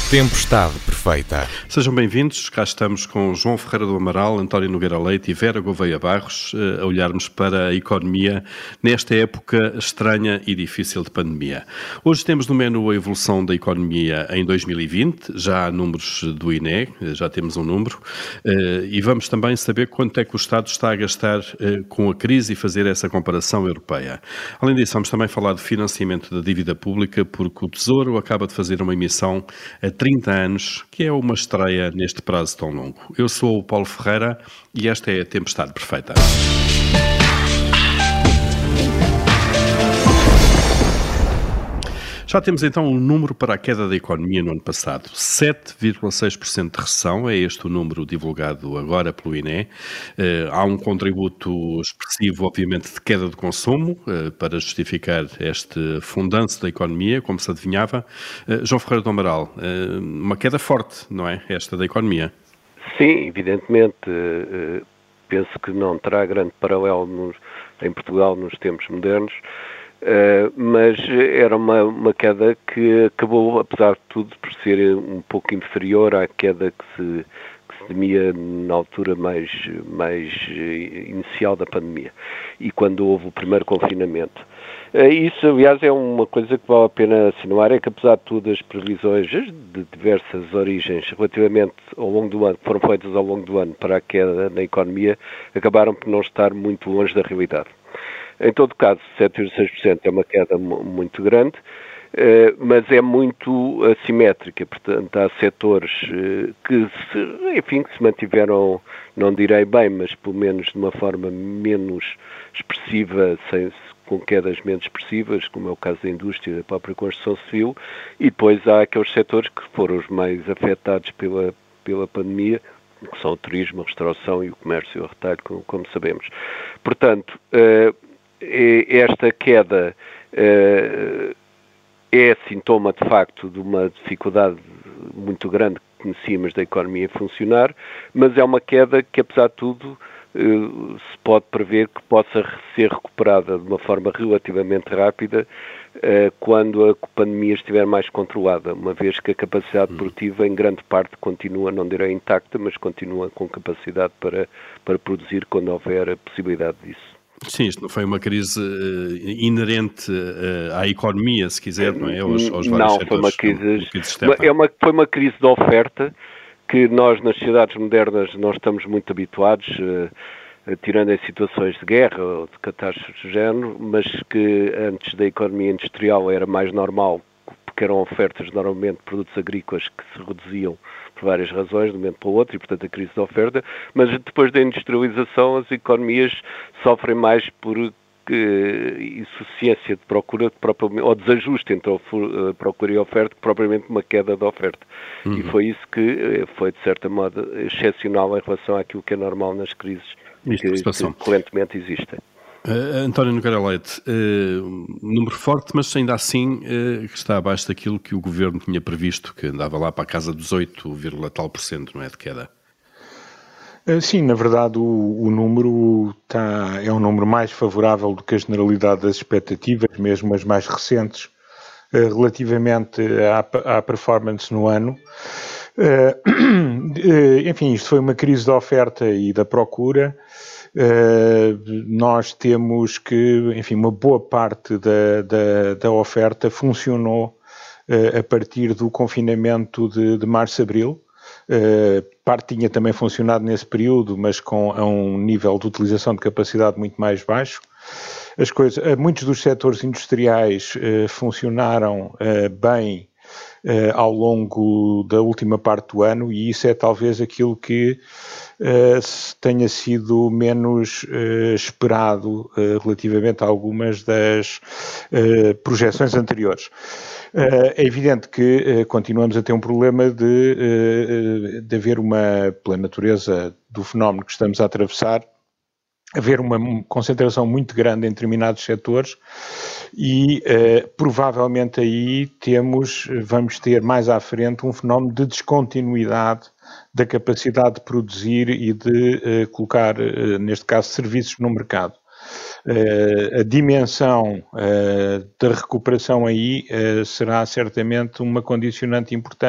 Tempestade perfeita. Sejam bem-vindos, cá estamos com João Ferreira do Amaral, António Nogueira Leite e Vera Gouveia Barros, a olharmos para a economia nesta época estranha e difícil de pandemia. Hoje temos no menu a evolução da economia em 2020, já há números do INE, já temos um número, e vamos também saber quanto é que o Estado está a gastar com a crise e fazer essa comparação europeia. Além disso, vamos também falar de financiamento da dívida pública, porque o Tesouro acaba de fazer uma emissão a 30 anos, que é uma estreia neste prazo tão longo. Eu sou o Paulo Ferreira e esta é a Tempestade Perfeita. Já temos então um número para a queda da economia no ano passado. 7,6% de recessão, é este o número divulgado agora pelo INE. Há um contributo expressivo, obviamente, de queda de consumo, para justificar este fundanço da economia, como se adivinhava. João Ferreira do Amaral, uma queda forte, não é? Esta da economia. Sim, evidentemente. Penso que não terá grande paralelo em Portugal nos tempos modernos. Mas era uma queda que acabou, apesar de tudo, por ser um pouco inferior à queda que se temia na altura mais inicial da pandemia e quando houve o primeiro confinamento. Isso, aliás, é uma coisa que vale a pena assinalar, é que apesar de tudo as previsões de diversas origens relativamente ao longo do ano, que foram feitas ao longo do ano para a queda na economia, acabaram por não estar muito longe da realidade. Em todo caso, 7,6% é uma queda muito grande, mas é muito assimétrica. Portanto, há setores que se mantiveram, não direi bem, mas pelo menos de uma forma menos expressiva, com quedas menos expressivas, como é o caso da indústria e da própria construção civil, e depois há aqueles setores que foram os mais afetados pela pandemia, que são o turismo, a restauração e o comércio e o retalho, como sabemos. Portanto, esta queda é sintoma, de facto, de uma dificuldade muito grande que conhecíamos da economia funcionar, mas é uma queda que, apesar de tudo, se pode prever que possa ser recuperada de uma forma relativamente rápida quando a pandemia estiver mais controlada, uma vez que a capacidade produtiva, em grande parte, continua, não direi intacta, mas continua com capacidade para produzir quando houver a possibilidade disso. Sim, isto não foi uma crise inerente à economia, se quiser, não é? Aos vários não, setores foi uma crise, que existem. foi uma crise de oferta que nós, nas sociedades modernas, não estamos muito habituados, tirando em situações de guerra ou de catástrofes do género, mas que antes da economia industrial era mais normal, porque eram ofertas normalmente de produtos agrícolas que se reduziam por várias razões, de um momento para o outro, e portanto a crise de oferta, mas depois da industrialização as economias sofrem mais por insuficiência de procura, ou desajuste entre a procura e a oferta, que propriamente uma queda da oferta. E foi isso que foi, de certa modo, excepcional em relação àquilo que é normal nas crises que correntemente existem. António Nogueira Leite, número forte, mas ainda assim que está abaixo daquilo que o Governo tinha previsto, que andava lá para a casa dos 8, tal por cento, não é, de queda? Sim, na verdade o número é um número mais favorável do que a generalidade das expectativas, mesmo as mais recentes, relativamente à performance no ano. Enfim, isto foi uma crise da oferta e da procura. Nós temos que, enfim, uma boa parte da oferta funcionou a partir do confinamento de março-abril. Parte tinha também funcionado nesse período, mas a um nível de utilização de capacidade muito mais baixo. Muitos dos setores industriais funcionaram bem ao longo da última parte do ano, e isso é talvez aquilo que tenha sido menos esperado relativamente a algumas das projeções anteriores. É evidente que continuamos a ter um problema de haver pela natureza do fenómeno que estamos a atravessar, haver uma concentração muito grande em determinados setores e provavelmente aí vamos ter mais à frente um fenómeno de descontinuidade da capacidade de produzir e de colocar, neste caso, serviços no mercado. A dimensão da recuperação aí será certamente uma condicionante importante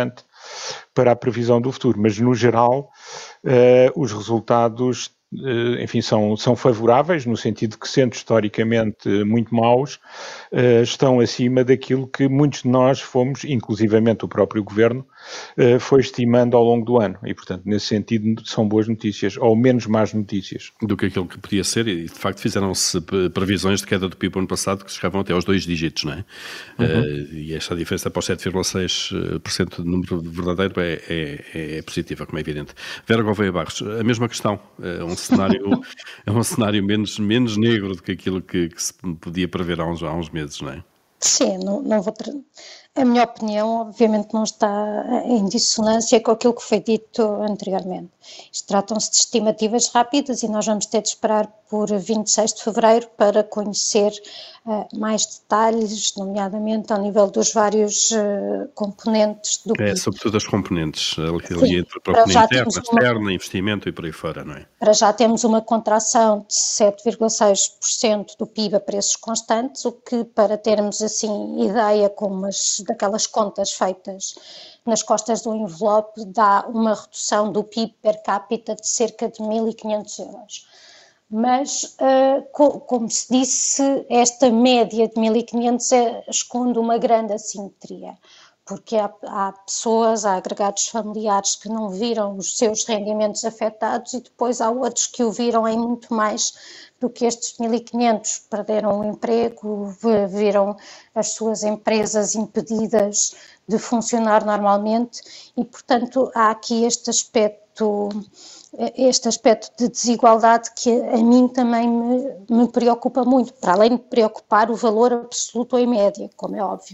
para a previsão do futuro, mas no geral os resultados enfim, são favoráveis, no sentido que, sendo historicamente muito maus, estão acima daquilo que muitos de nós fomos, inclusivamente o próprio Governo, foi estimando ao longo do ano. E, portanto, nesse sentido, são boas notícias, ou menos más notícias. Do que aquilo que podia ser, e de facto fizeram-se previsões de queda do PIB ano passado que chegavam até aos 2 dígitos, não é? E esta diferença para os 7,6% de número verdadeiro é positiva, como é evidente. Vera Gouveia Barros, a mesma questão, é um cenário menos negro do que aquilo que se podia prever há uns meses, não é? Sim, não vou a minha opinião obviamente não está em dissonância com aquilo que foi dito anteriormente. Isto tratam-se de estimativas rápidas e nós vamos ter de esperar por 26 de fevereiro para conhecer mais detalhes, nomeadamente ao nível dos vários componentes do PIB. Sobretudo as componentes, ali entre a procura interna, externa, investimento e por aí fora, não é? Para já temos uma contração de 7,6% do PIB a preços constantes, o que, para termos assim ideia com daquelas contas feitas nas costas do envelope, dá uma redução do PIB per capita de cerca de 1.500 euros. Mas, como se disse, esta média de 1.500 esconde uma grande assimetria, porque há pessoas, há agregados familiares que não viram os seus rendimentos afetados e depois há outros que o viram em muito mais do que estes 1.500, perderam o emprego, viram as suas empresas impedidas de funcionar normalmente e, portanto, há aqui este aspecto de desigualdade que a mim também me preocupa muito, para além de preocupar o valor absoluto ou em média, como é óbvio.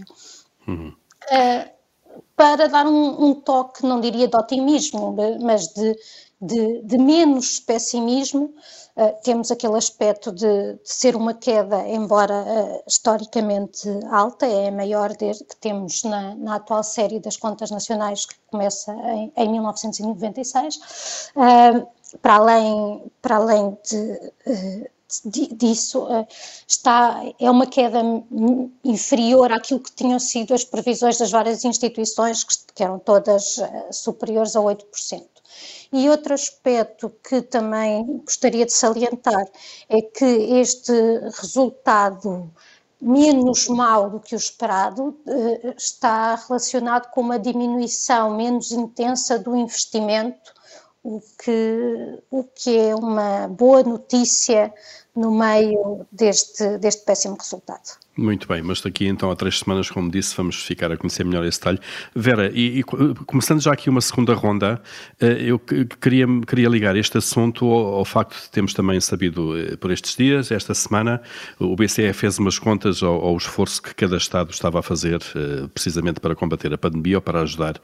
Para dar um toque, não diria de otimismo, mas de menos pessimismo, temos aquele aspecto de ser uma queda, embora historicamente alta, é a maior que temos na atual série das contas nacionais, que começa em 1996, para além disso, é uma queda inferior àquilo que tinham sido as previsões das várias instituições, que eram todas superiores a 8%. E outro aspecto que também gostaria de salientar é que este resultado menos mau do que o esperado está relacionado com uma diminuição menos intensa do investimento, o que é uma boa notícia no meio deste péssimo resultado. Muito bem, mas daqui então a 3 semanas, como disse, vamos ficar a conhecer melhor esse detalhe. Vera, e começando já aqui uma segunda ronda, eu queria ligar este assunto ao facto de termos também sabido por estes dias, esta semana, o BCE fez umas contas ao esforço que cada Estado estava a fazer precisamente para combater a pandemia ou para ajudar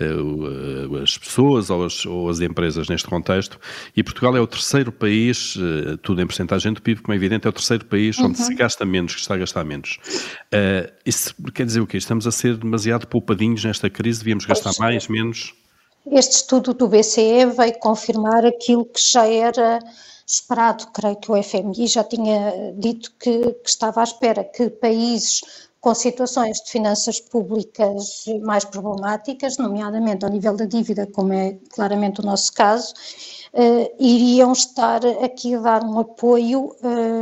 as pessoas ou as empresas neste contexto, e Portugal é o terceiro país, tudo em percentagem do PIB, como é evidente, é o terceiro país onde se gasta menos, que está a gastar menos. Isso quer dizer o quê? Estamos a ser demasiado poupadinhos nesta crise? Devíamos gastar mais, menos? Este estudo do BCE veio confirmar aquilo que já era esperado. Creio que o FMI já tinha dito que estava à espera que países com situações de finanças públicas mais problemáticas, nomeadamente ao nível da dívida, como é claramente o nosso caso, iriam estar aqui a dar um apoio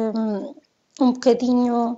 um bocadinho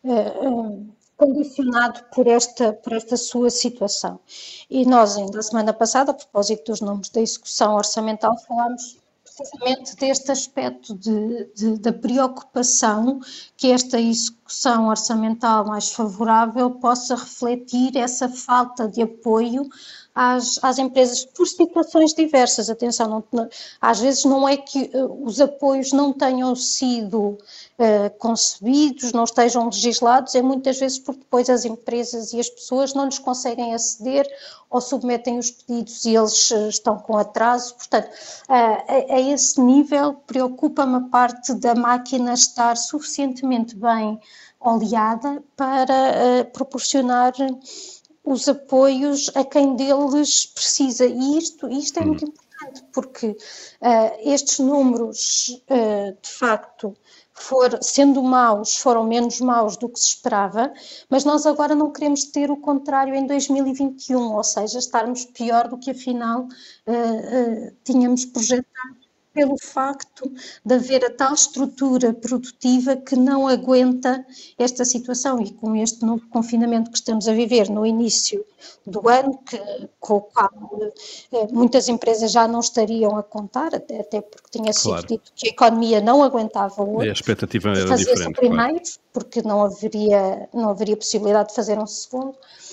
condicionado por esta sua situação. E nós ainda a semana passada, a propósito dos números da execução orçamental, falámos precisamente deste aspecto da preocupação que esta execução orçamental mais favorável possa refletir essa falta de apoio às empresas por situações diversas. Atenção, às vezes não é que os apoios não tenham sido concebidos, não estejam legislados, é muitas vezes porque depois as empresas e as pessoas não lhes conseguem aceder ou submetem os pedidos e eles estão com atraso. Portanto, a esse nível preocupa-me a parte da máquina estar suficientemente bem oleada para proporcionar os apoios a quem deles precisa. E isto é muito importante. interessante, porque estes números, de facto, sendo maus, foram menos maus do que se esperava, mas nós agora não queremos ter o contrário em 2021, ou seja, estarmos pior do que afinal tínhamos projetado, pelo facto de haver a tal estrutura produtiva que não aguenta esta situação, e com este novo confinamento que estamos a viver no início do ano, com o qual muitas empresas já não estariam a contar, até porque tinha sido dito que a economia não aguentava o outro. A expectativa era diferente. Primeiro, porque não haveria possibilidade de fazer um segundo.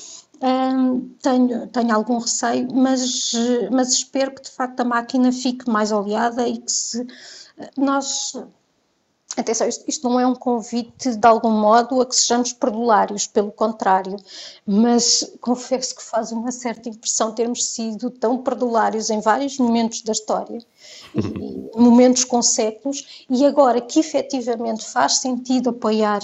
Tenho algum receio, mas espero que de facto a máquina fique mais oleada e que atenção, isto não é um convite de algum modo a que sejamos perdulários, pelo contrário, mas confesso que faz uma certa impressão termos sido tão perdulários em vários momentos da história, e momentos com séculos, e agora que efetivamente faz sentido apoiar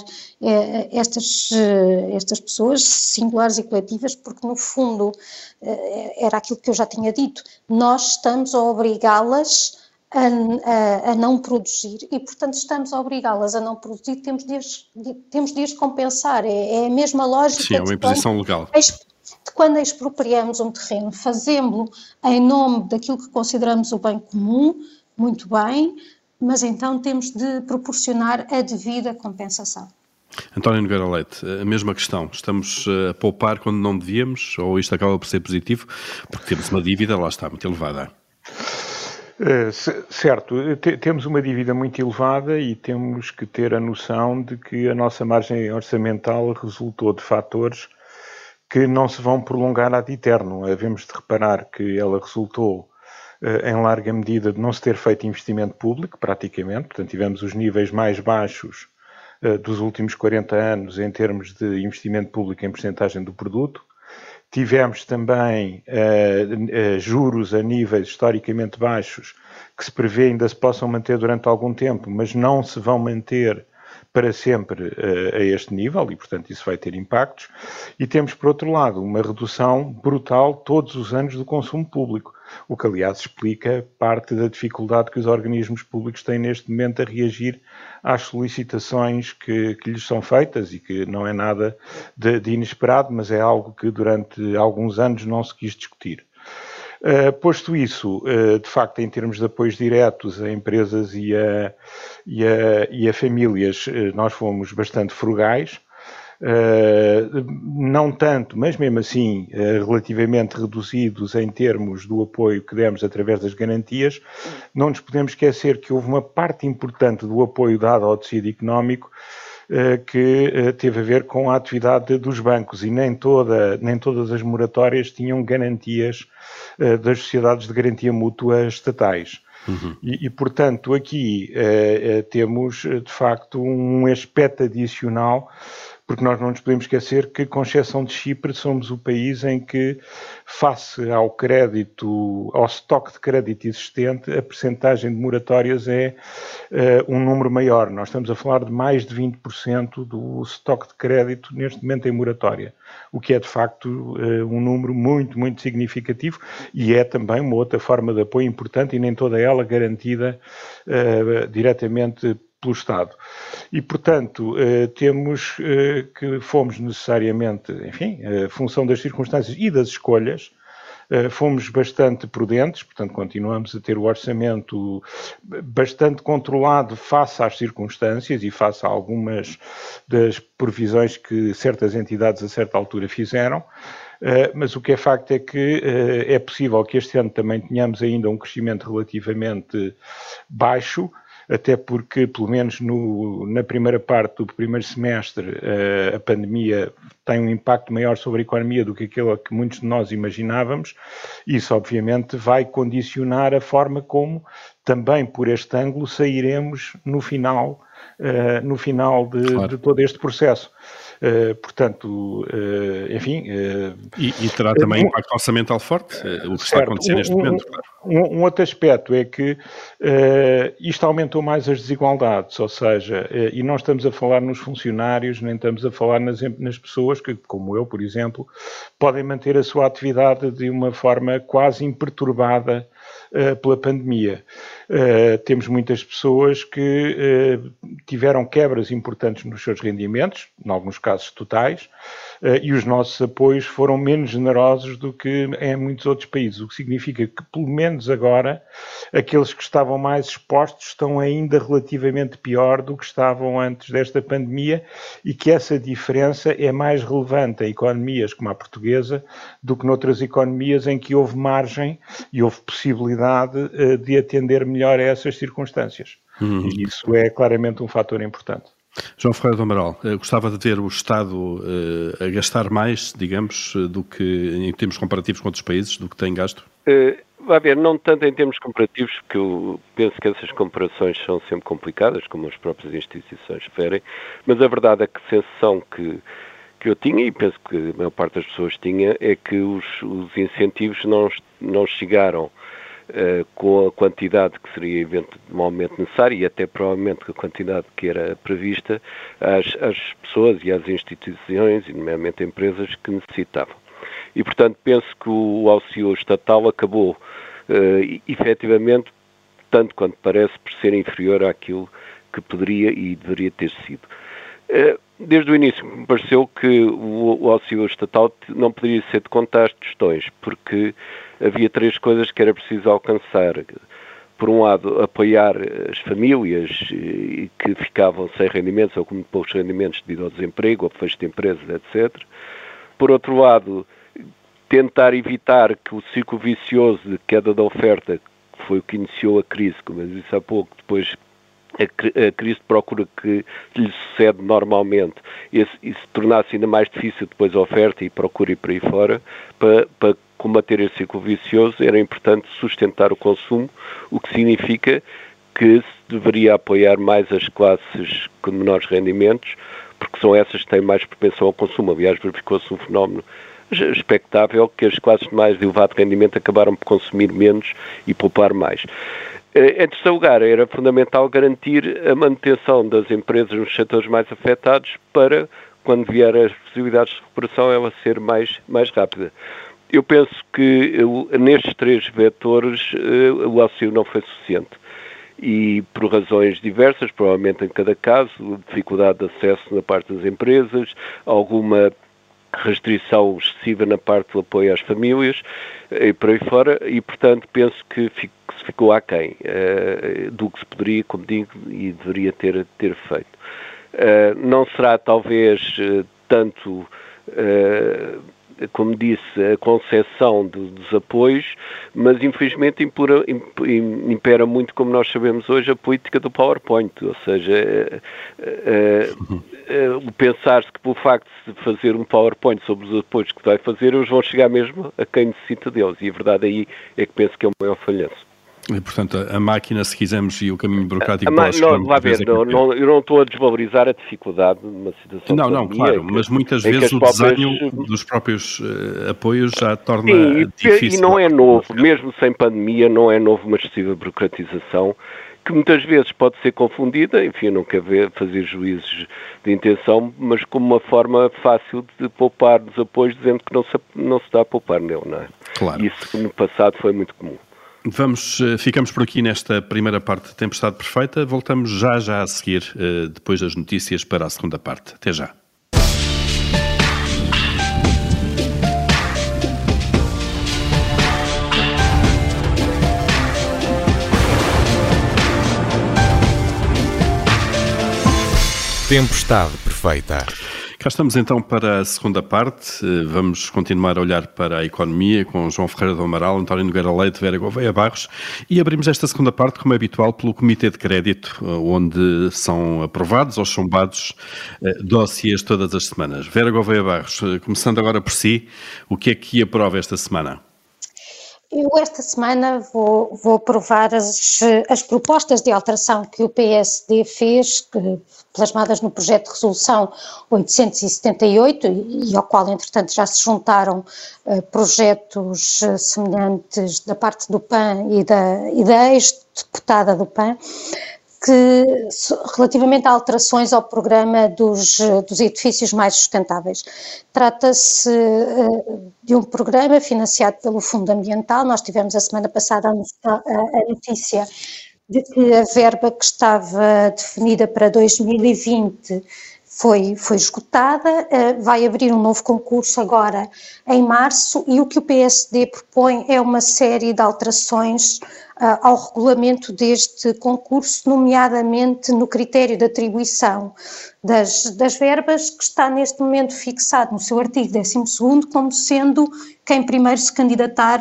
estas pessoas singulares e coletivas, porque no fundo era aquilo que eu já tinha dito, nós estamos a obrigá-las a não produzir, e portanto estamos a obrigá-las a não produzir, temos de as compensar, é a mesma lógica. Sim, é uma imposição legal. De quando expropriamos um terreno, fazemos-lo em nome daquilo que consideramos o bem comum, muito bem, mas então temos de proporcionar a devida compensação. António Nogueira Leite, a mesma questão, estamos a poupar quando não devíamos, ou isto acaba por ser positivo, porque temos uma dívida, lá está, muito elevada? Certo, temos uma dívida muito elevada e temos que ter a noção de que a nossa margem orçamental resultou de fatores que não se vão prolongar ad eterno. Havemos de reparar que ela resultou em larga medida de não se ter feito investimento público, praticamente, portanto tivemos os níveis mais baixos dos últimos 40 anos em termos de investimento público em percentagem do produto. Tivemos também juros a níveis historicamente baixos, que se prevê ainda se possam manter durante algum tempo, mas não se vão manter para sempre a este nível e, portanto, isso vai ter impactos. E temos, por outro lado, uma redução brutal todos os anos do consumo público, o que, aliás, explica parte da dificuldade que os organismos públicos têm neste momento a reagir às solicitações que lhes são feitas e que não é nada de inesperado, mas é algo que durante alguns anos não se quis discutir. Posto isso, de facto, em termos de apoios diretos a empresas e a famílias, nós fomos bastante frugais. Não tanto, mas mesmo assim relativamente reduzidos em termos do apoio que demos através das garantias. Não nos podemos esquecer que houve uma parte importante do apoio dado ao tecido económico que teve a ver com a atividade dos bancos, e nem todas as moratórias tinham garantias das sociedades de garantia mútua estatais. Uhum. E, portanto, aqui temos, de facto, um aspecto adicional, porque nós não nos podemos esquecer que, com exceção de Chipre, somos o país em que, face ao crédito, ao estoque de crédito existente, a percentagem de moratórias é um número maior. Nós estamos a falar de mais de 20% do estoque de crédito neste momento em moratória, o que é, de facto, um número muito, muito significativo, e é também uma outra forma de apoio importante, e nem toda ela garantida diretamente pelo Estado. E, portanto, temos que fomos necessariamente, enfim, função das circunstâncias e das escolhas, fomos bastante prudentes, portanto, continuamos a ter o orçamento bastante controlado face às circunstâncias e face a algumas das previsões que certas entidades a certa altura fizeram. Mas o que é facto é que é possível que este ano também tenhamos ainda um crescimento relativamente baixo, até porque, pelo menos na primeira parte do primeiro semestre, a pandemia tem um impacto maior sobre a economia do que aquilo que muitos de nós imaginávamos. Isso, obviamente, vai condicionar a forma como, também por este ângulo, sairemos no final de todo este processo. Portanto, enfim... E terá também impacto orçamental forte, o que está a acontecer neste momento, claro. Um outro aspecto é que isto aumentou mais as desigualdades, ou seja, e não estamos a falar nos funcionários, nem estamos a falar nas pessoas que, como eu, por exemplo, podem manter a sua atividade de uma forma quase imperturbada pela pandemia. Temos muitas pessoas que tiveram quebras importantes nos seus rendimentos, em alguns casos totais, e os nossos apoios foram menos generosos do que em muitos outros países, o que significa que, pelo menos agora, aqueles que estavam mais expostos estão ainda relativamente pior do que estavam antes desta pandemia, e que essa diferença é mais relevante em economias como a portuguesa do que noutras economias em que houve margem e houve possibilidade de atender melhor a essas circunstâncias. E isso é claramente um fator importante. João Ferreira do Amaral, gostava de ver o Estado a gastar mais, digamos, do que em termos comparativos com outros países, do que tem gasto? Vai ver, não tanto em termos comparativos, porque eu penso que essas comparações são sempre complicadas, como as próprias instituições referem, mas a verdade é que a sensação que eu tinha, e penso que a maior parte das pessoas tinha, é que os incentivos não chegaram com a quantidade que seria eventualmente necessária e até provavelmente com a quantidade que era prevista às pessoas e às instituições, e nomeadamente empresas, que necessitavam. E, portanto, penso que o auxílio estatal acabou, efetivamente, tanto quanto parece, por ser inferior àquilo que poderia e deveria ter sido. Desde o início me pareceu que o auxílio estatal não poderia ser de contar as questões, porque havia três coisas que era preciso alcançar. Por um lado, apoiar as famílias que ficavam sem rendimentos ou com muito poucos rendimentos devido ao desemprego, ao fecho de empresas, etc. Por outro lado, tentar evitar que o ciclo vicioso de queda da oferta, que foi o que iniciou a crise, como eu disse há pouco, depois a crise de procura que lhe sucede normalmente, e se tornasse ainda mais difícil depois a oferta e procura e por aí fora, para combater esse ciclo vicioso, era importante sustentar o consumo, o que significa que se deveria apoiar mais as classes com menores rendimentos, porque são essas que têm mais propensão ao consumo. Aliás, verificou-se um fenómeno expectável que as classes de mais elevado rendimento acabaram por consumir menos e poupar mais. Em terceiro lugar, era fundamental garantir a manutenção das empresas nos setores mais afetados para, quando vier as possibilidades de recuperação, ela ser mais rápida. Eu penso que nestes três vetores o auxílio não foi suficiente. E por razões diversas, provavelmente em cada caso, dificuldade de acesso na parte das empresas, alguma restrição excessiva na parte do apoio às famílias e por aí fora, e portanto penso que se ficou aquém do que se poderia, como digo, e deveria ter feito. Não será talvez tanto, como disse, a concepção dos apoios, mas infelizmente impera muito, como nós sabemos hoje, a política do PowerPoint, ou seja, o pensar-se que pelo facto de fazer um PowerPoint sobre os apoios que vai fazer, eles vão chegar mesmo a quem necessita deles, e a verdade aí é que penso que é o maior falhanço. E, portanto, a máquina, se quisermos, e o caminho burocrático... eu não estou a desvalorizar a dificuldade numa situação de pandemia, claro, mas muitas vezes o desenho dos próprios apoios já torna difícil. E não é novo, mesmo sem pandemia, não é novo uma excessiva burocratização, que muitas vezes pode ser confundida, enfim, eu não quero fazer juízos de intenção, mas como uma forma fácil de poupar dos apoios, dizendo que não se está a poupar nele, não é? Claro. Isso no passado foi muito comum. Ficamos por aqui nesta primeira parte de Tempestade Perfeita. Voltamos já a seguir, depois das notícias, para a segunda parte. Até já. Tempestade Perfeita. Cá estamos então para a segunda parte. Vamos continuar a olhar para a economia com João Ferreira do Amaral, António Nogueira Leite, Vera Gouveia Barros, e abrimos esta segunda parte, como é habitual, pelo Comitê de Crédito, onde são aprovados ou chumbados dossiês todas as semanas. Vera Gouveia Barros, começando agora por si, o que é que aprova esta semana? Eu esta semana vou aprovar as propostas de alteração que o PSD fez, plasmadas no projeto de resolução 878, e ao qual, entretanto, já se juntaram projetos semelhantes da parte do PAN e da ex-deputada do PAN. que, relativamente a alterações ao programa dos edifícios mais sustentáveis. Trata-se de um programa financiado pelo Fundo Ambiental. Nós tivemos a semana passada a notícia de que a verba que estava definida para 2020 foi esgotada, vai abrir um novo concurso agora em março, e o que o PSD propõe é uma série de alterações ao regulamento deste concurso, nomeadamente no critério de atribuição das verbas, que está neste momento fixado no seu artigo 12º como sendo quem primeiro se candidatar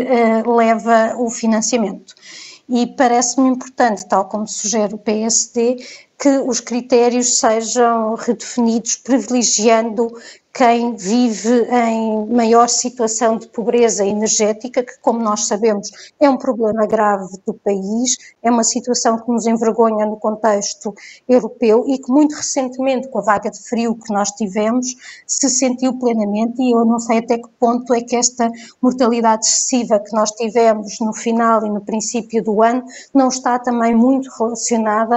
leva o financiamento. E parece-me importante, tal como sugere o PSD, que os critérios sejam redefinidos privilegiando quem vive em maior situação de pobreza energética, que, como nós sabemos, é um problema grave do país, é uma situação que nos envergonha no contexto europeu e que muito recentemente, com a vaga de frio que nós tivemos, se sentiu plenamente, e eu não sei até que ponto é que esta mortalidade excessiva que nós tivemos no final e no princípio do ano não está também muito relacionada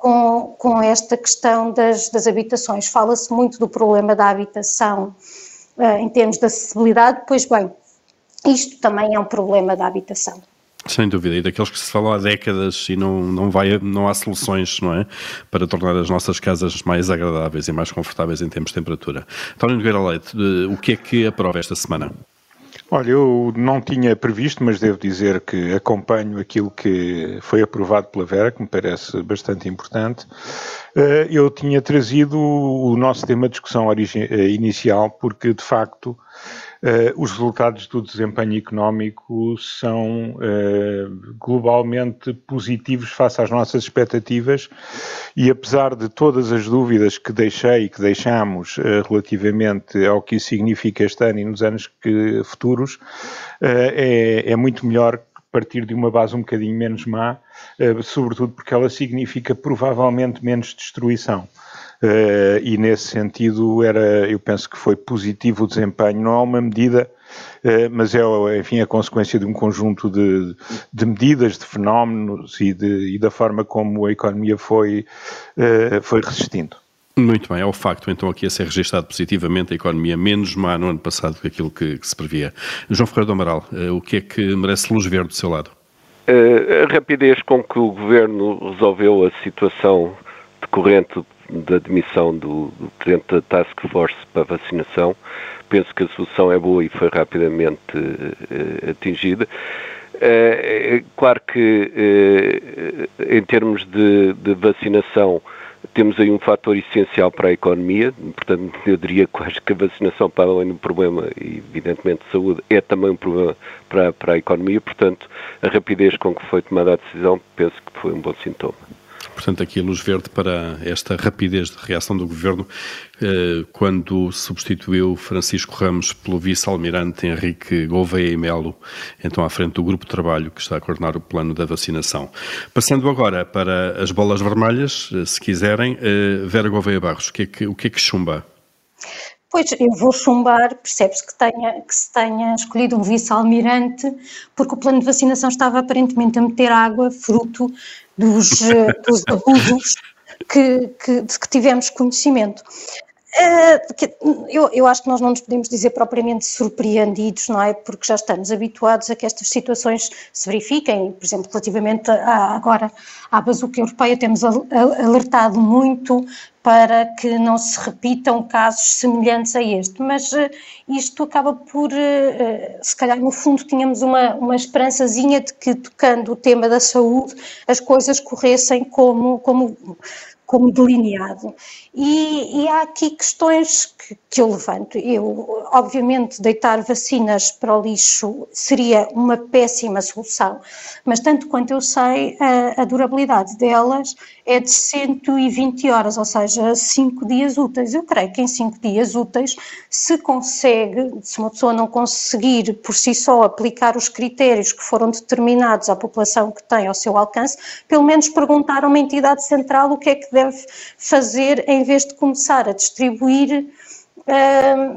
com esta questão das habitações. Fala-se muito do problema da habitação em termos de acessibilidade, pois bem, isto também é um problema da habitação. Sem dúvida, e daqueles que se falam há décadas e não há soluções, não é, para tornar as nossas casas mais agradáveis e mais confortáveis em termos de temperatura. António Nogueira Leite, o que é que aprova esta semana? Olha, eu não tinha previsto, mas devo dizer que acompanho aquilo que foi aprovado pela Vera, que me parece bastante importante. Eu tinha trazido o nosso tema de discussão inicial, porque, de facto, os resultados do desempenho económico são globalmente positivos face às nossas expectativas, e apesar de todas as dúvidas que deixei e que deixamos relativamente ao que isso significa este ano e nos anos futuros, é muito melhor partir de uma base um bocadinho menos má, sobretudo porque ela significa provavelmente menos destruição. E nesse sentido eu penso que foi positivo o desempenho. Não é uma medida, mas é, enfim, a consequência de um conjunto de medidas, de fenómenos e da forma como a economia foi resistindo. Muito bem, é o facto então aqui a ser registado positivamente a economia menos má no ano passado que aquilo que se previa. João Ferreira do Amaral, o que é que merece luz verde do seu lado? A rapidez com que o Governo resolveu a situação decorrente da demissão do Presidente da Task Force para a vacinação, penso que a solução é boa e foi rapidamente atingida. Claro que em termos de vacinação temos aí um fator essencial para a economia, portanto eu diria quase que a vacinação, para além do problema, evidentemente, de saúde, é também um problema para a economia, portanto a rapidez com que foi tomada a decisão penso que foi um bom sintoma. Portanto, aqui a luz verde para esta rapidez de reação do Governo quando substituiu Francisco Ramos pelo vice-almirante Henrique Gouveia e Melo, então à frente do grupo de trabalho que está a coordenar o plano da vacinação. Passando agora para as bolas vermelhas, se quiserem, Vera Gouveia Barros, o que é que chumba? Pois, eu vou chumbar, percebe-se que se tenha escolhido um vice-almirante, porque o plano de vacinação estava aparentemente a meter água, fruto dos abusos de que tivemos conhecimento. Eu acho que nós não nos podemos dizer propriamente surpreendidos, não é? Porque já estamos habituados a que estas situações se verifiquem. Por exemplo, relativamente agora à bazuca europeia, temos alertado muito para que não se repitam casos semelhantes a este, mas isto acaba por, se calhar no fundo tínhamos uma esperançazinha de que, tocando o tema da saúde, as coisas corressem como delineado. E há aqui questões que eu levanto. Obviamente, deitar vacinas para o lixo seria uma péssima solução, mas tanto quanto eu sei, a durabilidade delas é de 120 horas, ou seja, 5 dias úteis. Eu creio que em 5 dias úteis se uma pessoa não conseguir por si só aplicar os critérios que foram determinados à população que tem ao seu alcance, pelo menos perguntar a uma entidade central o que é que deve fazer em vez de começar a distribuir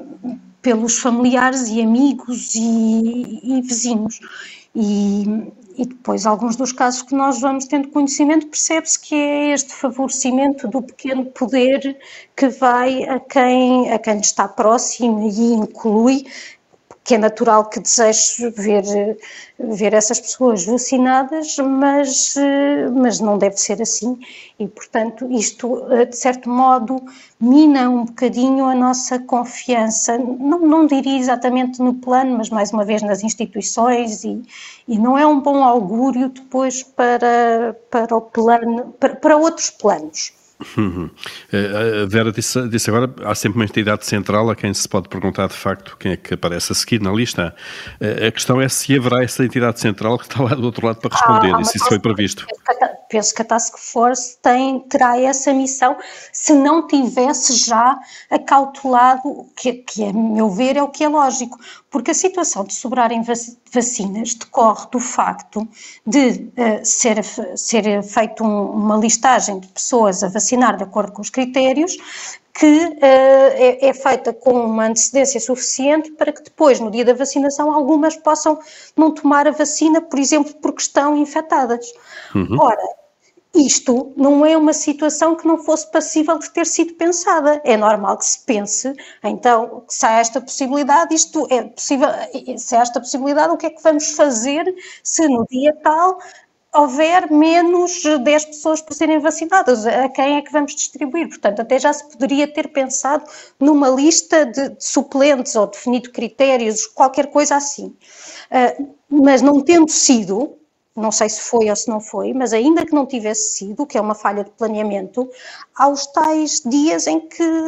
pelos familiares e amigos e vizinhos. E depois, alguns dos casos que nós vamos tendo conhecimento, percebe-se que é este favorecimento do pequeno poder que vai a quem lhe está próximo e inclui, que é natural que deseje ver essas pessoas vacinadas, mas não deve ser assim e, portanto, isto, de certo modo, mina um bocadinho a nossa confiança, não diria exatamente no plano, mas mais uma vez nas instituições e não é um bom augúrio depois para o plano, para outros planos. A Vera disse agora, há sempre uma entidade central a quem se pode perguntar de facto quem é que aparece a seguir na lista. A questão é se haverá essa entidade central que está lá do outro lado para responder, e se isso foi previsto. Penso que a Task Force terá essa missão, se não tivesse já acautelado, que a meu ver é o que é lógico, porque a situação de sobrarem vacinas decorre do facto de ser feita uma listagem de pessoas a vacinar de acordo com os critérios, que é feita com uma antecedência suficiente para que depois, no dia da vacinação, algumas possam não tomar a vacina, por exemplo, porque estão infectadas. Ora, isto não é uma situação que não fosse passível de ter sido pensada. É normal que se pense, então, se há esta possibilidade, isto é possível, se há esta possibilidade, o que é que vamos fazer se no dia tal houver menos 10 pessoas por serem vacinadas? A quem é que vamos distribuir? Portanto, até já se poderia ter pensado numa lista de suplentes ou definido critérios, qualquer coisa assim. Mas não tendo sido, não sei se foi ou se não foi, mas ainda que não tivesse sido, que é uma falha de planeamento, há os tais dias em que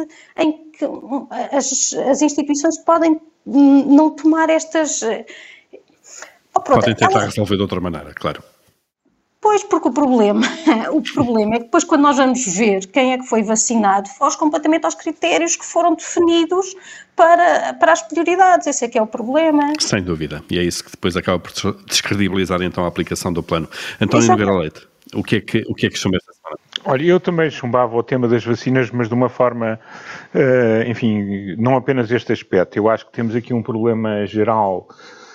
as instituições podem não tomar estas... Podem tentar resolver de outra maneira, claro. Pois, porque o problema é que depois quando nós vamos ver quem é que foi vacinado, foge completamente aos critérios que foram definidos para as prioridades. Esse é que é o problema. Sem dúvida. E é isso que depois acaba por descredibilizar então a aplicação do plano. António Nogueira Leite, o que é que chumba esta semana? Olha, eu também chumbava o tema das vacinas, mas de uma forma, enfim, não apenas este aspecto. Eu acho que temos aqui um problema geral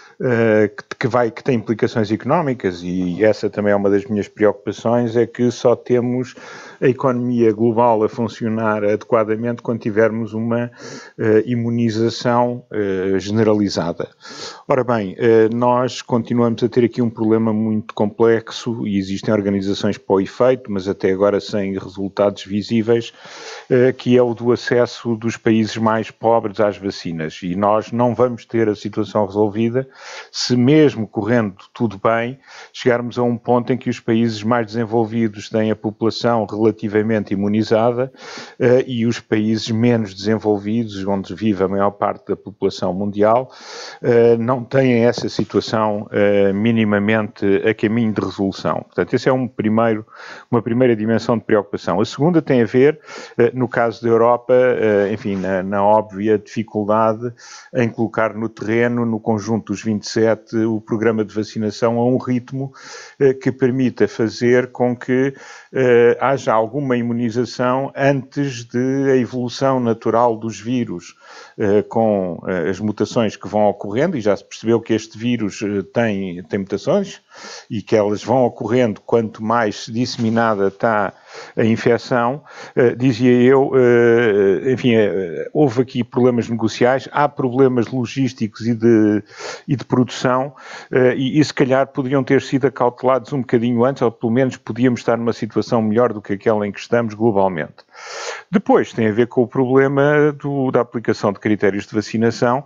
que tem implicações económicas, e essa também é uma das minhas preocupações, é que só temos a economia global a funcionar adequadamente quando tivermos uma imunização generalizada. Ora bem, nós continuamos a ter aqui um problema muito complexo e existem organizações para o efeito, mas até agora sem resultados visíveis, que é o do acesso dos países mais pobres às vacinas, e nós não vamos ter a situação resolvida se, mesmo correndo tudo bem, chegarmos a um ponto em que os países mais desenvolvidos têm a população relativamente imunizada e os países menos desenvolvidos, onde vive a maior parte da população mundial, não têm essa situação minimamente a caminho de resolução. Portanto, essa é uma primeira dimensão de preocupação. A segunda tem a ver, no caso da Europa, enfim, na óbvia dificuldade em colocar no terreno, no conjunto dos 27, o programa de vacinação a um ritmo que permita fazer com que haja alguma imunização antes da evolução natural dos vírus, com as mutações que vão ocorrendo, e já se percebeu que este vírus tem mutações e que elas vão ocorrendo quanto mais disseminada está a infecção. Dizia eu, enfim, houve aqui problemas negociais, há problemas logísticos e de produção, e se calhar poderiam ter sido acautelados um bocadinho antes, ou pelo menos podíamos estar numa situação melhor do que aquela em que estamos globalmente. Depois tem a ver com o problema da aplicação de critérios de vacinação,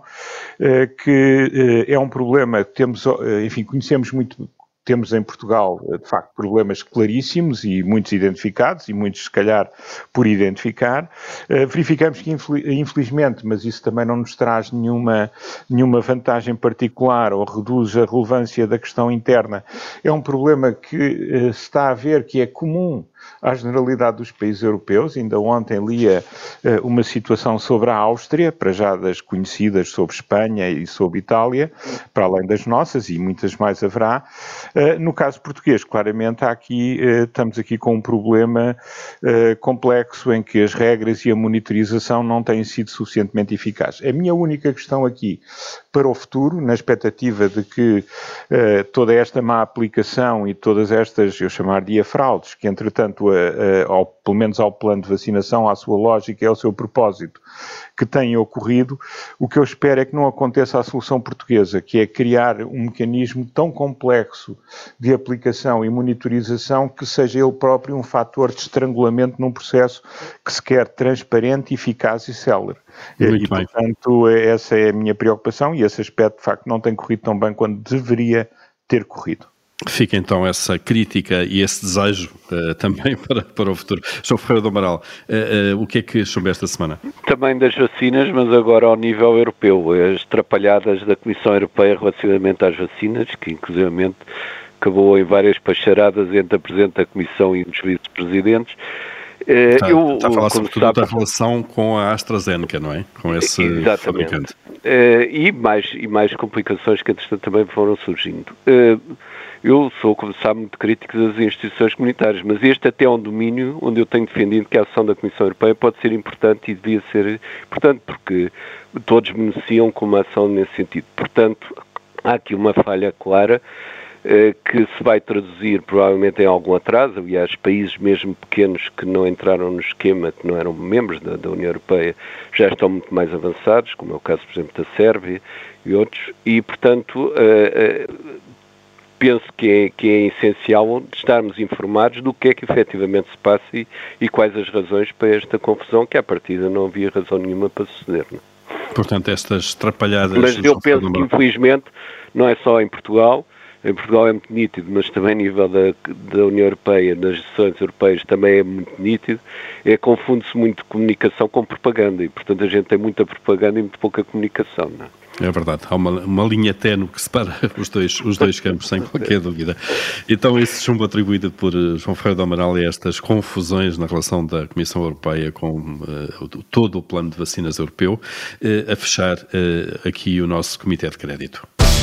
que é um problema que temos, enfim, conhecemos muito. Temos em Portugal, de facto, problemas claríssimos e muitos identificados, e muitos, se calhar, por identificar. Verificamos que, infelizmente, mas isso também não nos traz nenhuma vantagem particular ou reduz a relevância da questão interna, é um problema que se está a ver que é comum à generalidade dos países europeus. Ainda ontem lia uma situação sobre a Áustria, para já das conhecidas sobre Espanha e sobre Itália, para além das nossas, e muitas mais haverá. No caso português, claramente, estamos aqui com um problema complexo em que as regras e a monitorização não têm sido suficientemente eficazes. A minha única questão aqui para o futuro, na expectativa de que toda esta má aplicação e todas estas, eu chamaria fraudes, que entretanto, pelo menos ao plano de vacinação, à sua lógica e ao seu propósito, que têm ocorrido, o que eu espero é que não aconteça a solução portuguesa, que é criar um mecanismo tão complexo de aplicação e monitorização que seja ele próprio um fator de estrangulamento num processo que se quer transparente, eficaz e célere. Muito bem. Portanto, essa é a minha preocupação e esse aspecto, de facto, não tem corrido tão bem quanto deveria ter corrido. Fica então essa crítica e esse desejo também para o futuro. João Ferreira do Amaral, o que é que soube esta semana? Também das vacinas, mas agora ao nível europeu. As trapalhadas da Comissão Europeia relativamente às vacinas, que inclusivamente acabou em várias pacharadas entre a Presidente da Comissão e os vice-presidentes. Está a falar sobretudo da relação com a AstraZeneca, não é? Com esse fabricante. E mais complicações que, entretanto, também foram surgindo. Eu sou, como sabe, muito crítico das instituições comunitárias, mas este até é um domínio onde eu tenho defendido que a ação da Comissão Europeia pode ser importante e devia ser importante, porque todos beneficiam com uma ação nesse sentido. Portanto, há aqui uma falha clara que se vai traduzir provavelmente em algum atraso. Aliás, países mesmo pequenos que não entraram no esquema, que não eram membros da União Europeia, já estão muito mais avançados, como é o caso, por exemplo, da Sérvia e outros, e, portanto, penso que é essencial estarmos informados do que é que efetivamente se passa e quais as razões para esta confusão, que à partida não havia razão nenhuma para suceder. Não? Portanto, estas trapalhadas... Mas eu penso que, infelizmente, não é só em Portugal. Em Portugal é muito nítido, mas também a nível da União Europeia, das instituições europeias, também é muito nítido. Confunde-se muito comunicação com propaganda e, portanto, a gente tem muita propaganda e muito pouca comunicação, não é? É verdade, há uma linha ténue que separa os dois campos, sem qualquer dúvida. Então, esse chumbo atribuído por João Ferreira do Amaral a estas confusões na relação da Comissão Europeia com todo o plano de vacinas europeu, a fechar aqui o nosso Comitê de Crédito.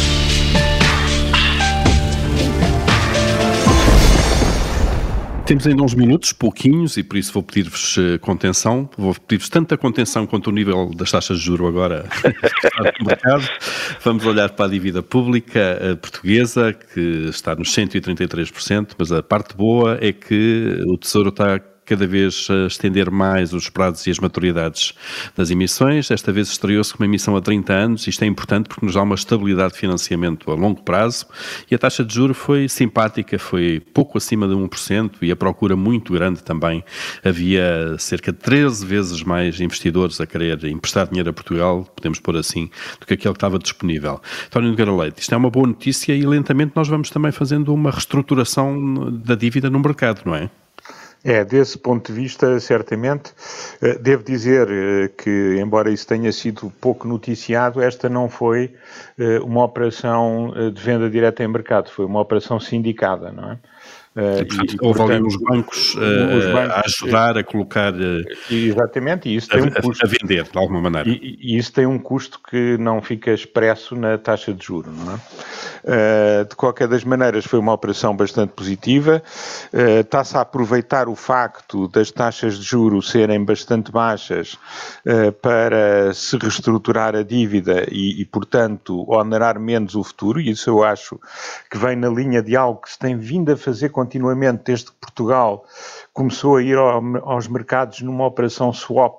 Temos ainda uns minutos, pouquinhos, e por isso vou pedir-vos contenção. Vou pedir-vos tanta contenção quanto o nível das taxas de juros agora no mercado. Vamos olhar para a dívida pública portuguesa, que está nos 133%, mas a parte boa é que o Tesouro está cada vez a estender mais os prazos e as maturidades das emissões. Desta vez estreou-se com uma emissão a 30 anos. Isto é importante porque nos dá uma estabilidade de financiamento a longo prazo e a taxa de juros foi simpática, foi pouco acima de 1% e a procura muito grande também. Havia cerca de 13 vezes mais investidores a querer emprestar dinheiro a Portugal, podemos pôr assim, do que aquele que estava disponível. António Nogueira Leite, isto é uma boa notícia e lentamente nós vamos também fazendo uma reestruturação da dívida no mercado, não é? Desse ponto de vista, certamente, devo dizer que, embora isso tenha sido pouco noticiado, esta não foi uma operação de venda direta em mercado, foi uma operação sindicada, não é? Houve ali os bancos a ajudar a colocar... Exatamente, e isso tem um custo. A vender, de alguma maneira. E isso tem um custo que não fica expresso na taxa de juros, não é? De qualquer das maneiras, foi uma operação bastante positiva. Está-se a aproveitar o facto das taxas de juros serem bastante baixas para se reestruturar a dívida e, portanto, onerar menos o futuro, e isso eu acho que vem na linha de algo que se tem vindo a fazer continuamente desde que Portugal começou a ir aos mercados numa operação swap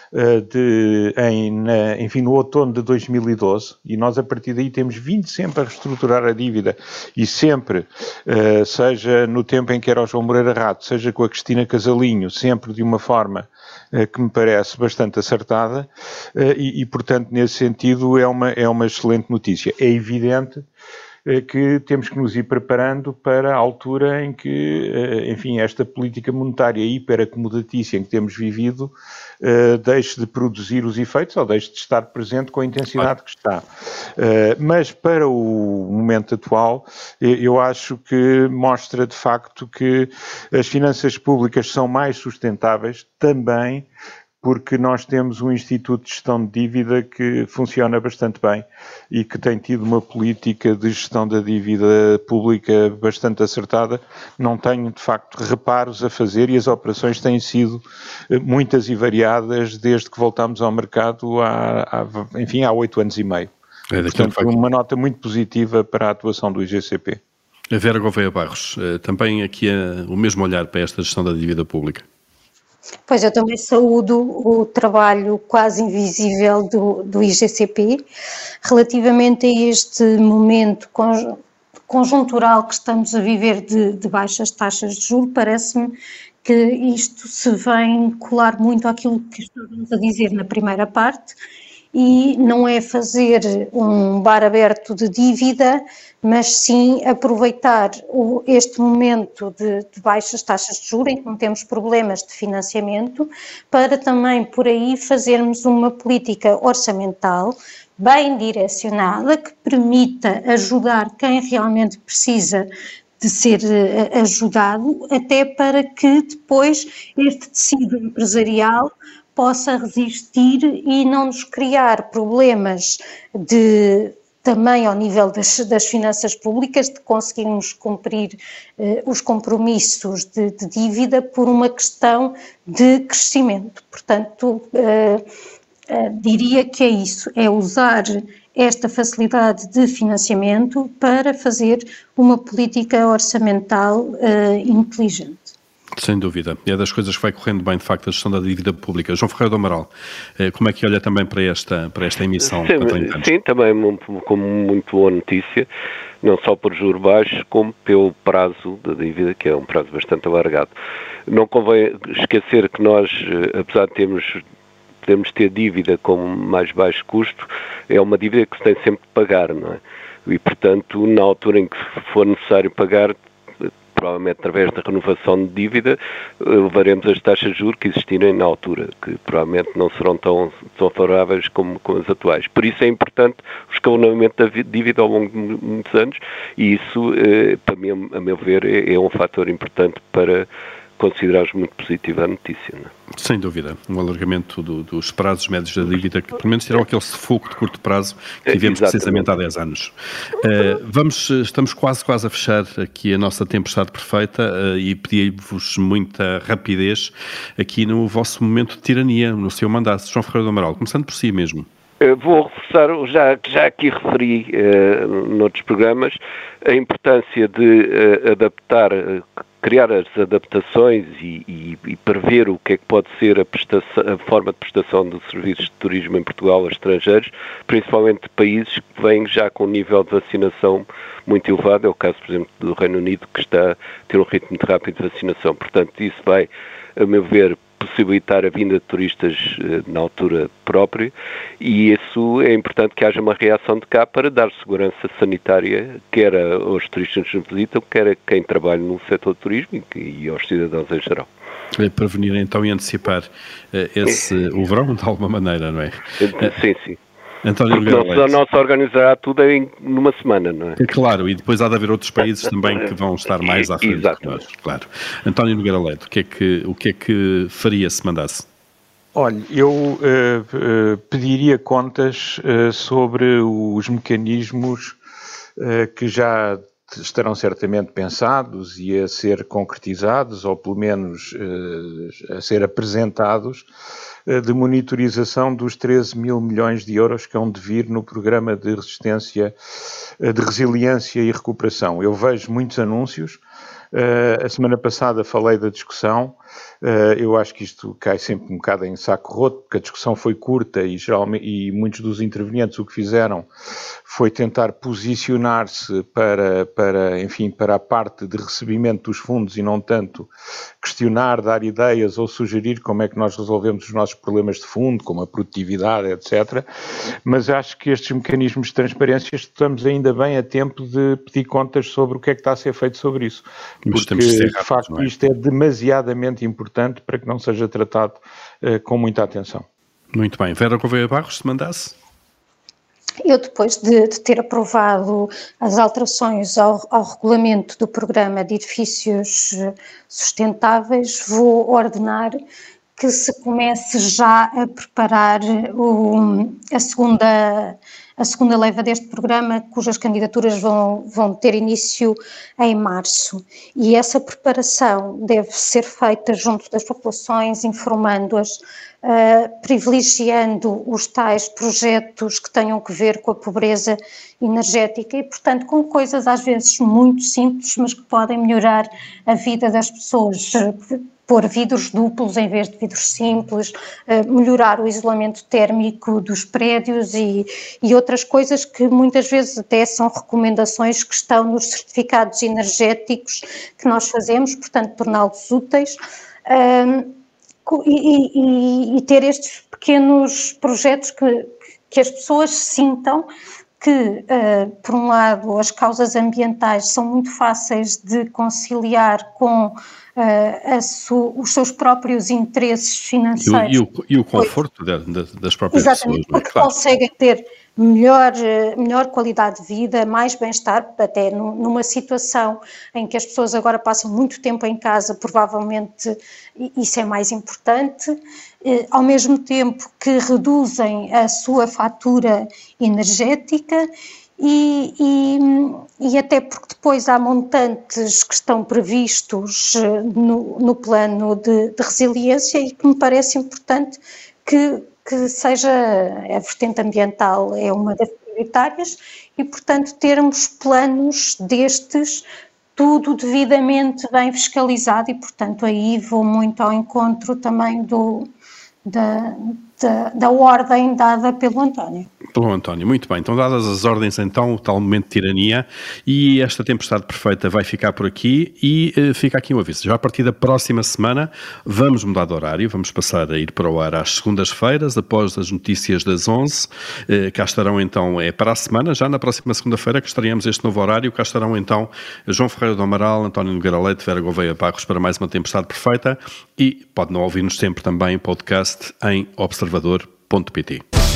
no outono de 2012, e nós a partir daí temos vindo sempre a reestruturar a dívida e sempre, seja no tempo em que era o João Moreira Rato, seja com a Cristina Casalinho, sempre de uma forma que me parece bastante acertada e portanto, nesse sentido, é uma excelente notícia. É evidente que temos que nos ir preparando para a altura em que, enfim, esta política monetária hiperacomodatícia em que temos vivido deixe de produzir os efeitos ou deixe de estar presente com a intensidade que está. Mas para o momento atual, eu acho que mostra de facto que as finanças públicas são mais sustentáveis também porque nós temos um Instituto de Gestão de Dívida que funciona bastante bem e que tem tido uma política de gestão da dívida pública bastante acertada. Não tenho, de facto, reparos a fazer e as operações têm sido muitas e variadas desde que voltámos ao mercado há 8 anos e meio. Portanto, uma nota muito positiva para a atuação do IGCP. A Vera Gouveia Barros, também aqui o mesmo olhar para esta gestão da dívida pública. Pois, eu também saúdo o trabalho quase invisível do IGCP relativamente a este momento conjuntural que estamos a viver de baixas taxas de juros. Parece-me que isto se vem colar muito àquilo que estávamos a dizer na primeira parte, e não é fazer um bar aberto de dívida, mas sim aproveitar este momento de baixas taxas de juros, em que não temos problemas de financiamento, para também por aí fazermos uma política orçamental bem direcionada, que permita ajudar quem realmente precisa de ser ajudado, até para que depois este tecido empresarial possa resistir e não nos criar problemas também ao nível das finanças públicas, de conseguirmos cumprir os compromissos de dívida por uma questão de crescimento. Portanto, diria que é isso, é usar esta facilidade de financiamento para fazer uma política orçamental inteligente. Sem dúvida. É das coisas que vai correndo bem, de facto, a gestão da dívida pública. João Ferreira do Amaral, como é que olha também para esta emissão? Sim, também como muito boa notícia, não só por juros baixos, como pelo prazo da dívida, que é um prazo bastante alargado. Não convém esquecer que nós, apesar de podemos ter dívida com mais baixo custo, é uma dívida que se tem sempre de pagar, não é? E, portanto, na altura em que for necessário pagar, provavelmente através da renovação de dívida, levaremos as taxas de juros que existirem na altura, que provavelmente não serão tão favoráveis como as atuais. Por isso é importante o escalonamento da dívida ao longo de muitos anos, e isso, para mim, a meu ver, é um fator importante para considerarmos muito positiva a notícia. Não é? Sem dúvida, um alargamento dos prazos médios da dívida, que pelo menos terá aquele sufoco de curto prazo que tivemos precisamente há 10 anos. Estamos quase a fechar aqui a nossa tempestade perfeita e pedi-vos muita rapidez aqui no vosso momento de tirania, no seu mandato. João Ferreira do Amaral, começando por si mesmo. Vou reforçar, já aqui referi noutros programas, a importância de criar as adaptações e prever o que é que pode ser a forma de prestação de serviços de turismo em Portugal a estrangeiros, principalmente de países que vêm já com um nível de vacinação muito elevado. É o caso, por exemplo, do Reino Unido, que está a ter um ritmo muito rápido de vacinação. Portanto, isso vai, a meu ver, possibilitar a vinda de turistas na altura própria, e isso é importante que haja uma reação de cá para dar segurança sanitária, quer aos turistas que nos visitam, quer a quem trabalha no setor do turismo e aos cidadãos em geral. Prevenir então e antecipar o verão de alguma maneira, não é? Sim. António Porque não se organizará tudo numa semana, não é? Claro, e depois há de haver outros países também que vão estar mais à frente que nós, claro. António Nogueira Leite, o que é que faria se mandasse? Olha, eu pediria contas sobre os mecanismos que já estarão certamente pensados e a ser concretizados, ou pelo menos a ser apresentados, de monitorização dos 13 mil milhões de euros que hão de vir no programa de resiliência e recuperação. Eu vejo muitos anúncios. A semana passada falei da discussão. Eu acho que isto cai sempre um bocado em saco roto, porque a discussão foi curta e muitos dos intervenientes o que fizeram foi tentar posicionar-se para a parte de recebimento dos fundos e não tanto questionar, dar ideias ou sugerir como é que nós resolvemos os nossos problemas de fundo, como a produtividade, etc. Mas acho que estes mecanismos de transparência estamos ainda bem a tempo de pedir contas sobre o que é que está a ser feito sobre isso. Porque, de facto, isto é demasiadamente importante para que não seja tratado com muita atenção. Muito bem. Vera Gouveia Barros, se mandasse? Eu, depois de ter aprovado as alterações ao regulamento do Programa de Edifícios Sustentáveis, vou ordenar que se comece já a preparar a segunda leva deste programa, cujas candidaturas vão ter início em março. E essa preparação deve ser feita junto das populações, informando-as, privilegiando os tais projetos que tenham que ver com a pobreza energética e, portanto, com coisas às vezes muito simples, mas que podem melhorar a vida das pessoas. Pôr vidros duplos em vez de vidros simples, melhorar o isolamento térmico dos prédios e outras coisas que muitas vezes até são recomendações que estão nos certificados energéticos que nós fazemos, portanto, torná-los úteis. E ter estes pequenos projetos que as pessoas sintam que, por um lado, as causas ambientais são muito fáceis de conciliar com os seus próprios interesses financeiros. E o conforto das próprias Exatamente, pessoas. porque conseguem ter melhor qualidade de vida, mais bem-estar, até numa situação em que as pessoas agora passam muito tempo em casa, provavelmente isso é mais importante, ao mesmo tempo que reduzem a sua fatura energética e até porque depois há montantes que estão previstos no plano de resiliência e que me parece importante que seja a vertente ambiental é uma das prioritárias e, portanto, termos planos destes, tudo devidamente bem fiscalizado e, portanto, aí vou muito ao encontro também da ordem dada pelo António. Pelo António, muito bem. Então, dadas as ordens, então, o tal momento de tirania e esta tempestade perfeita vai ficar por aqui e fica aqui um aviso. Já a partir da próxima semana vamos mudar de horário, vamos passar a ir para o ar às segundas-feiras, após as notícias das 11. Cá estarão então, para a semana, já na próxima segunda-feira que estaremos este novo horário, cá estarão então João Ferreira do Amaral, António Nogueira Leite, Vera Gouveia Barros para mais uma tempestade perfeita e pode não ouvir-nos sempre também em podcast em observador.pt.